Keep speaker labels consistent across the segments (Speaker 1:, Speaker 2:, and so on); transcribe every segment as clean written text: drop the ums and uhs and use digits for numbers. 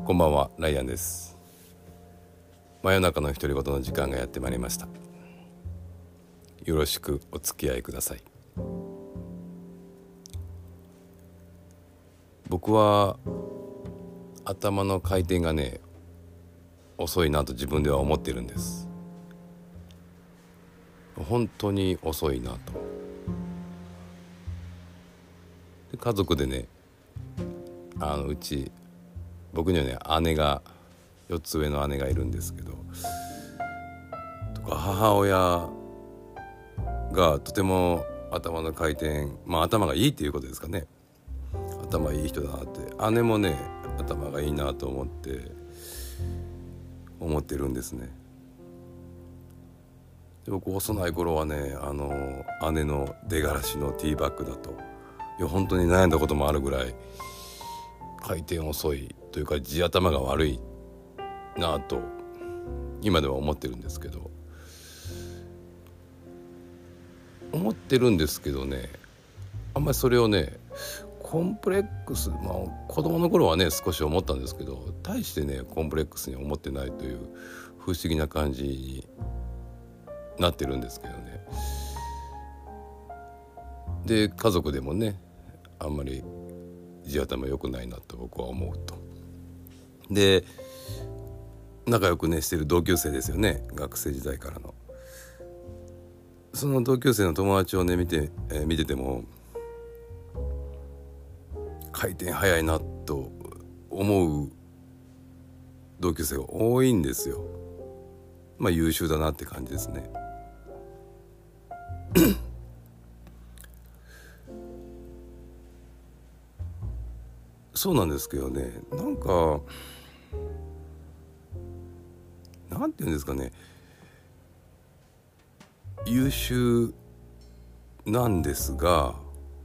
Speaker 1: こんばんは、ライアンです。真夜中の独り言の時間がやってまいりました。よろしくお付き合いください。僕は頭の回転がね遅いなと自分では思ってるんです。本当に遅いなと。で家族でね、うち僕にはね4つ上の姉がいるんですけど、とか母親がとても頭の回転、頭がいいっていうことですかね。頭いい人だなって。姉もね頭がいいなと思ってるんですね。で僕幼い頃はね姉の出がらしのティーバッグだと本当に悩んだこともあるぐらい回転遅いというか地頭が悪いなと今では思ってるんですけどね、あんまりそれをねコンプレックス、子供の頃はね少し思ったんですけど、大してねコンプレックスに思ってないという不思議な感じになってるんですけどね。で家族でもねあんまり地頭良くないなと僕は思うと。で仲良くねしてる同級生ですよね、学生時代からの。その同級生の友達をね見てても回転早いなと思う同級生が多いんですよ。優秀だなって感じですね。そうなんですけどね、なんていうんですかね、優秀なんですが、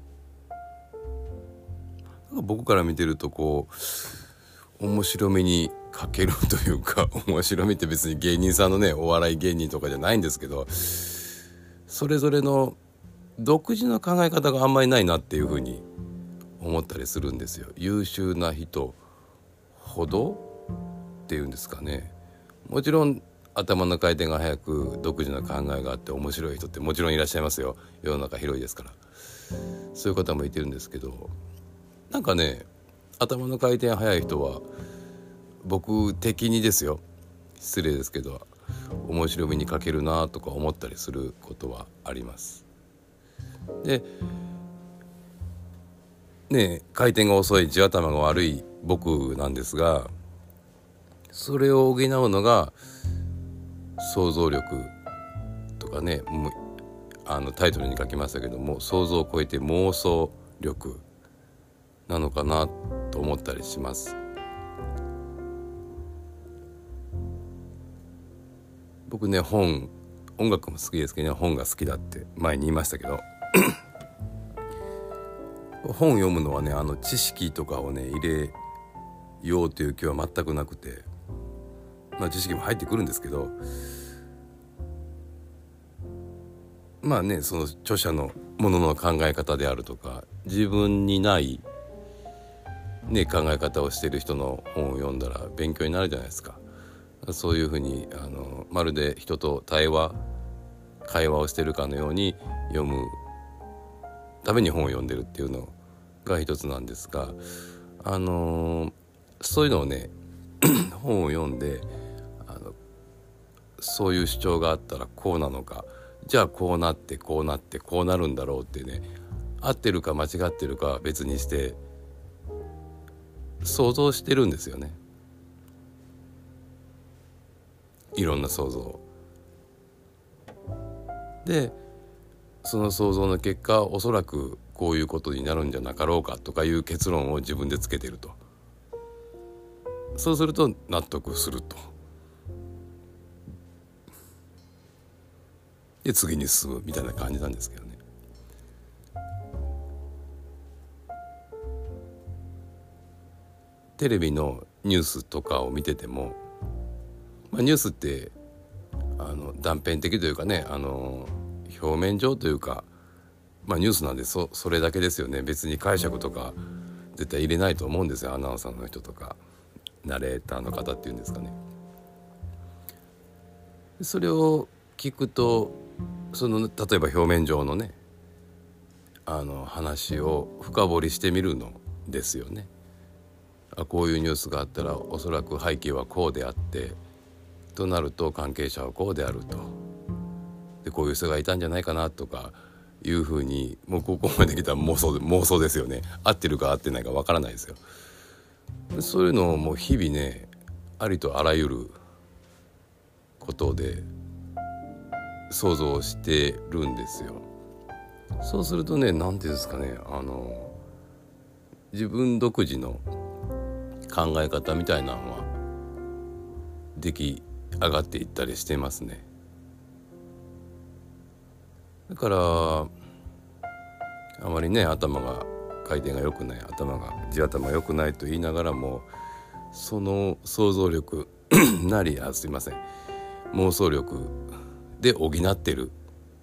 Speaker 1: 僕から見てると面白みに欠けるというか、面白みって別に芸人さんのねお笑い芸人とかじゃないんですけど、それぞれの独自の考え方があんまりないなっていうふうに思ったりするんですよ。優秀な人ほどっていうんですかね。もちろん頭の回転が速く独自の考えがあって面白い人ってもちろんいらっしゃいますよ。世の中広いですから。そういう方もいてるんですけど、頭の回転速い人は僕的にですよ、失礼ですけど面白みに欠けるなとか思ったりすることはあります。で回転が遅い地頭が悪い僕なんですが、それを補うのが想像力とかね、タイトルに書きましたけども、想像を超えて妄想力なのかなと思ったりします。僕ね音楽も好きですけどね、本が好きだって前に言いましたけど本読むのはね知識とかをね入れようという気は全くなくて、知識も入ってくるんですけど、その著者のものの考え方であるとか、自分にない考え方をしている人の本を読んだら勉強になるじゃないですか。そういうふうにまるで人と会話をしてるかのように読むために本を読んでるっていうのが一つなんですが、そういうのをね本を読んでそういう主張があったらこうなのか、じゃあこうなってこうなってこうなるんだろうってね、合ってるか間違ってるかは別にして想像してるんですよね。いろんな想像で、その想像の結果おそらくこういうことになるんじゃなかろうかとかいう結論を自分でつけてると。そうすると納得すると。で次に進むみたいな感じなんですけどね。テレビのニュースとかを見てても、ニュースって断片的というかね、表面上というか、ニュースなんでそれだけですよね。別に解釈とか絶対入れないと思うんですよ、アナウンサーの人とか。 ナレーターの方っていうんですかね。それを聞くと例えば表面上のね話を深掘りしてみるのですよね。こういうニュースがあったらおそらく背景はこうであってとなると関係者はこうであると、でこういう人がいたんじゃないかなとかいうふうに、もうここまで来たら妄想ですよね。合ってるか合ってないかわからないですよ。そういうのをもう日々ね、ありとあらゆることで想像してるんですよ。そうするとね、なんていうんですかね、自分独自の考え方みたいなのは出来上がっていったりしてますね。だからあまりね頭が回転が良くない、地頭が良くないと言いながらも、その想像力なりすいません妄想力で補ってる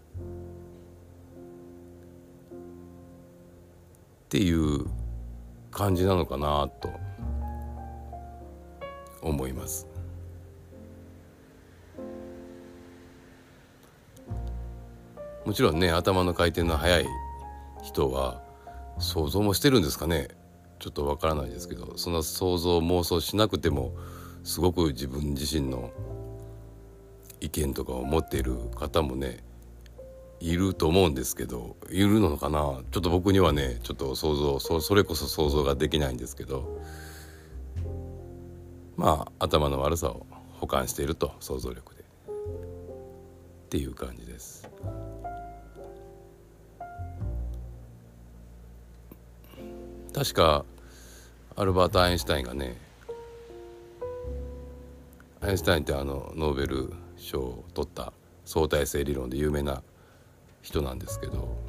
Speaker 1: っていう感じなのかなと思います。もちろんね、頭の回転の速い人は想像もしてるんですかね、ちょっとわからないですけど、その想像妄想しなくてもすごく自分自身の意見とかを持っている方もねいると思うんですけど、いるのかな、ちょっと僕にはねちょっとそれこそ想像ができないんですけど、まあ頭の悪さを補完していると、想像力でっていう感じです。確かアルバート・アインシュタインがね、アインシュタインってノーベル賞を取った相対性理論で有名な人なんですけど、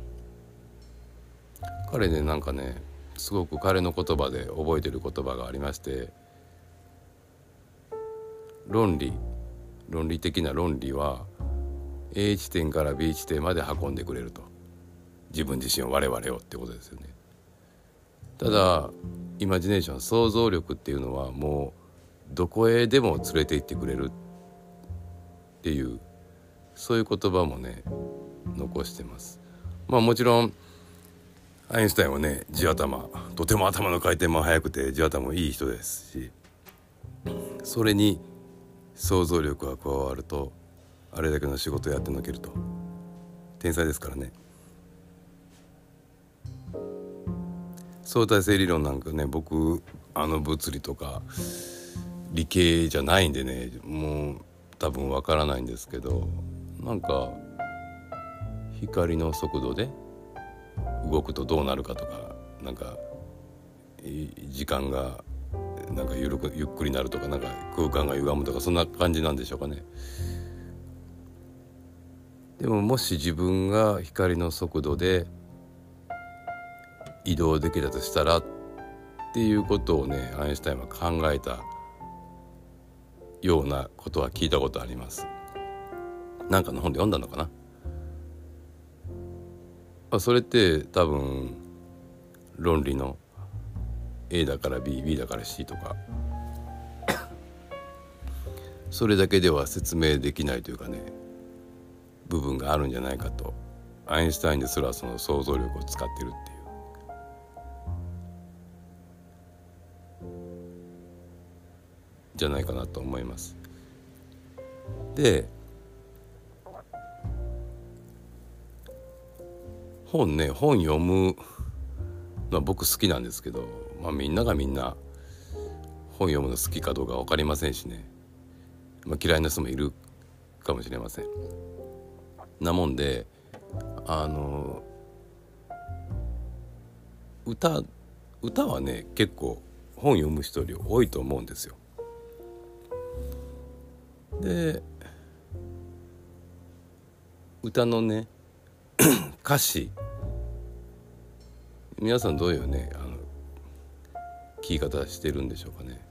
Speaker 1: 彼ねなんかねすごく彼の言葉で覚えてる言葉がありまして、論理的な論理は A 地点から B 地点まで運んでくれると、自分自身を我々をってことですよね。ただイマジネーション、想像力っていうのはもうどこへでも連れて行ってくれるっていう、そういう言葉もね残してます。まあもちろんアインシュタインはねとても頭の回転も速くて地頭もいい人ですし、それに想像力が加わるとあれだけの仕事をやってのけると、天才ですからね。相対性理論なんかね、僕物理とか理系じゃないんでね、もう多分わからないんですけど、なんか光の速度で動くとどうなるかとか、なんか時間がなんかゆっくりなるとか、なんか空間が歪むとか、そんな感じなんでしょうかね。でももし自分が光の速度で移動できたとしたらっていうことをね、アインシュタインは考えたようなことは聞いたことあります。なんかの本で読んだのかな。それって多分論理の A だから B、B だから C とかそれだけでは説明できないというかね、部分があるんじゃないかと、アインシュタインですらその想像力を使ってるっていうじゃないかなと思います。で本読むのは僕好きなんですけど、みんながみんな本読むの好きかどうか分かりませんしね、嫌いな人もいるかもしれません。なもんで歌はね結構本読む人より多いと思うんですよ。で歌のね歌詞、皆さんどういうね聞き方してるんでしょうかね。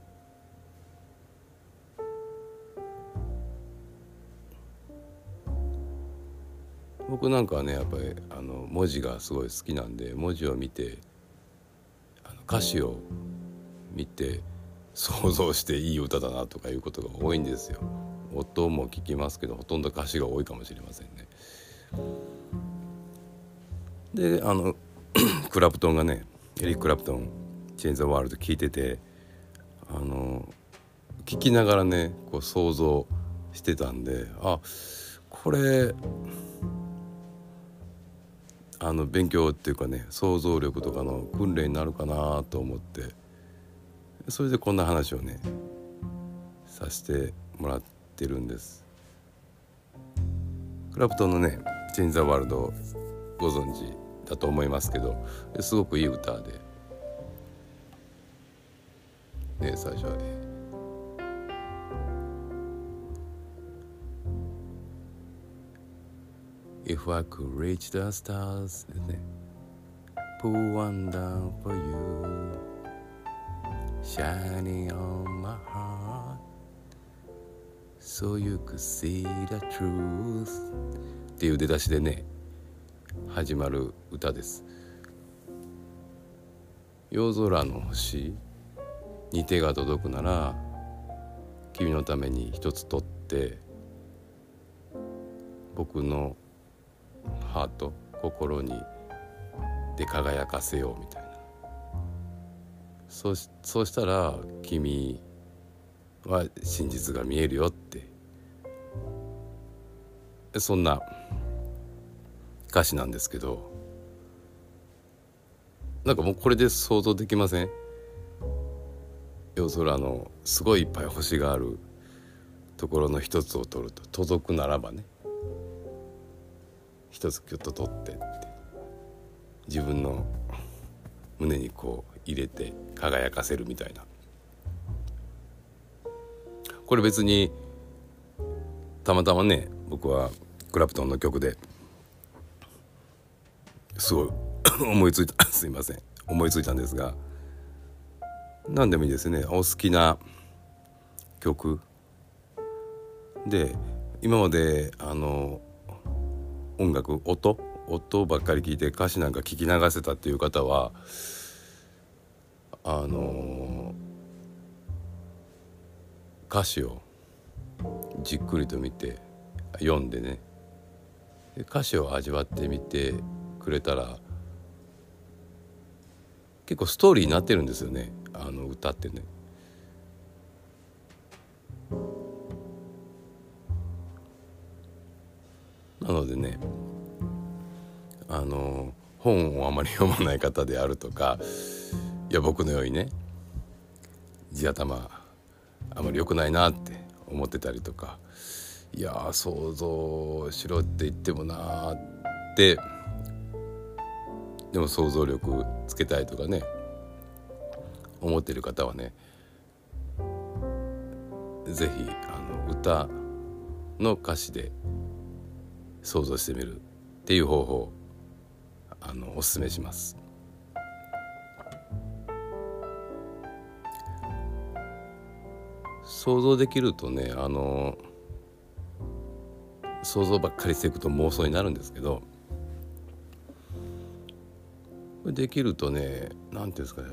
Speaker 1: 僕なんかはねやっぱり文字がすごい好きなんで、文字を見て歌詞を見て想像していい歌だなとかいうことが多いんですよ。音も聞きますけどほとんど歌詞が多いかもしれませんね。でクラプトンがね、エリック・クラプトンチェンジ・ザ・ワールド聞いてて聞きながらねこう想像してたんで、これ勉強っていうかね想像力とかの訓練になるかなと思って、それでこんな話をねさせてもらってるんです。クラプトンのねチェンジ・ザ・ワールドご存知だと思いますけど、すごくいい歌でね、最初はねIf I could reach the stars ですね Pull one down for you Shining on my heart So you could see the truth っていう出だしでね始まる歌です。夜空の星に手が届くなら君のために一つ取って僕のハート心にで輝かせようみたいな、そうしたら君は真実が見えるよって、そんな歌詞なんですけど、なんかもうこれで想像できません？夜空のすごいいっぱい星があるところの一つを取ると届くならばね、一つキュッと取ってって自分の胸にこう入れて輝かせるみたいな。これ別にたまたまね僕はクラプトンの曲ですごい思いついたすいません思いついたんですが、何でもいいですね。お好きな曲で今まで音楽音ばっかり聞いて歌詞なんか聞き流せたっていう方は歌詞をじっくりと見て読んでね、で歌詞を味わってみてくれたら結構ストーリーになってるんですよね、歌ってね。なのでね本をあまり読まない方であるとか、いや僕のようにね地頭あまり良くないなって思ってたりとか、いや想像しろって言ってもなってでも想像力つけたいとかね思ってる方はね、ぜひ歌の歌詞で想像してみるっていう方法をおすすめします。想像できるとね想像ばっかりしていくと妄想になるんですけど、できるとねなんていうんですかね、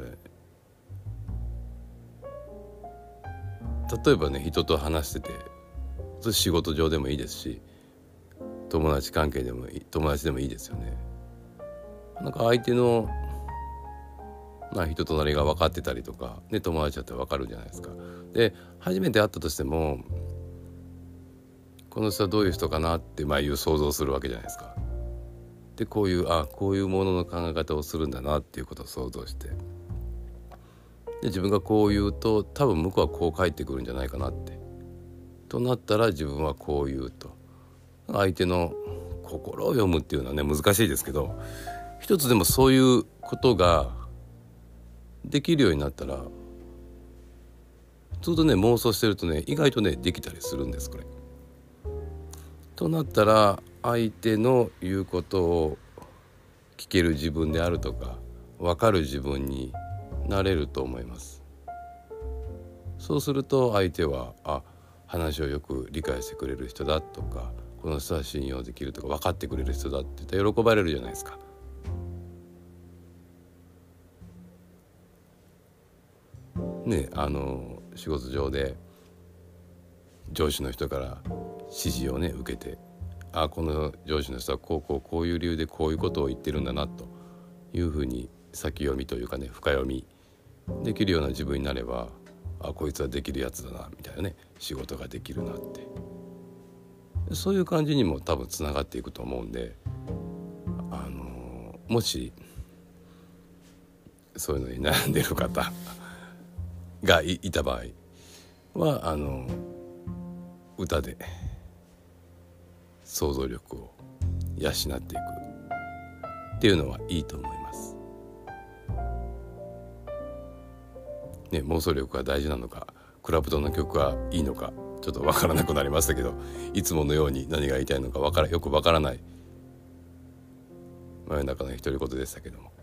Speaker 1: 例えばね人と話してて、それ仕事上でもいいですし友達関係でもいい、友達でもいいですよね。なんか相手の人となりが分かってたりとか、ね、友達だって分かるじゃないですか。で初めて会ったとしてもこの人はどういう人かなっていう想像するわけじゃないですか。でこういうものの考え方をするんだなっていうことを想像して、で自分がこう言うと多分向こうはこう返ってくるんじゃないかなってとなったら自分はこう言うと、相手の心を読むっていうのはね難しいですけど、一つでもそういうことができるようになったらずっとね妄想してるとね意外とねできたりするんです。これとなったら相手の言うことを聞ける自分であるとか分かる自分になれると思います。そうすると相手は話をよく理解してくれる人だとか、この人は信用できるとか分かってくれる人だって言ったら喜ばれるじゃないですか。ね仕事上で上司の人から指示をね受けて、この上司の人はこういう理由でこういうことを言ってるんだなというふうに先読みというかね、深読みできるような自分になれば、こいつはできるやつだなみたいなね、仕事ができるなって、そういう感じにも多分つながっていくと思うんで、もしそういうのに悩んでる方が いた場合は歌で想像力を養っていくっていうのはいいと思います、ね、妄想力が大事なのか、クラプトンの曲がいいのかちょっと分からなくなりましたけど、いつものように何が言いたいのかよく分からない真夜中の独り言でしたけども、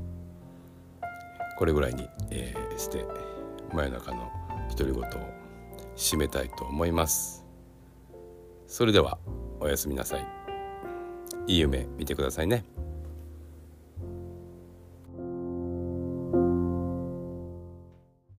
Speaker 1: これぐらいに、して真夜中の独り言を締めたいと思います。それではおやすみなさい。いい夢見てくださいね。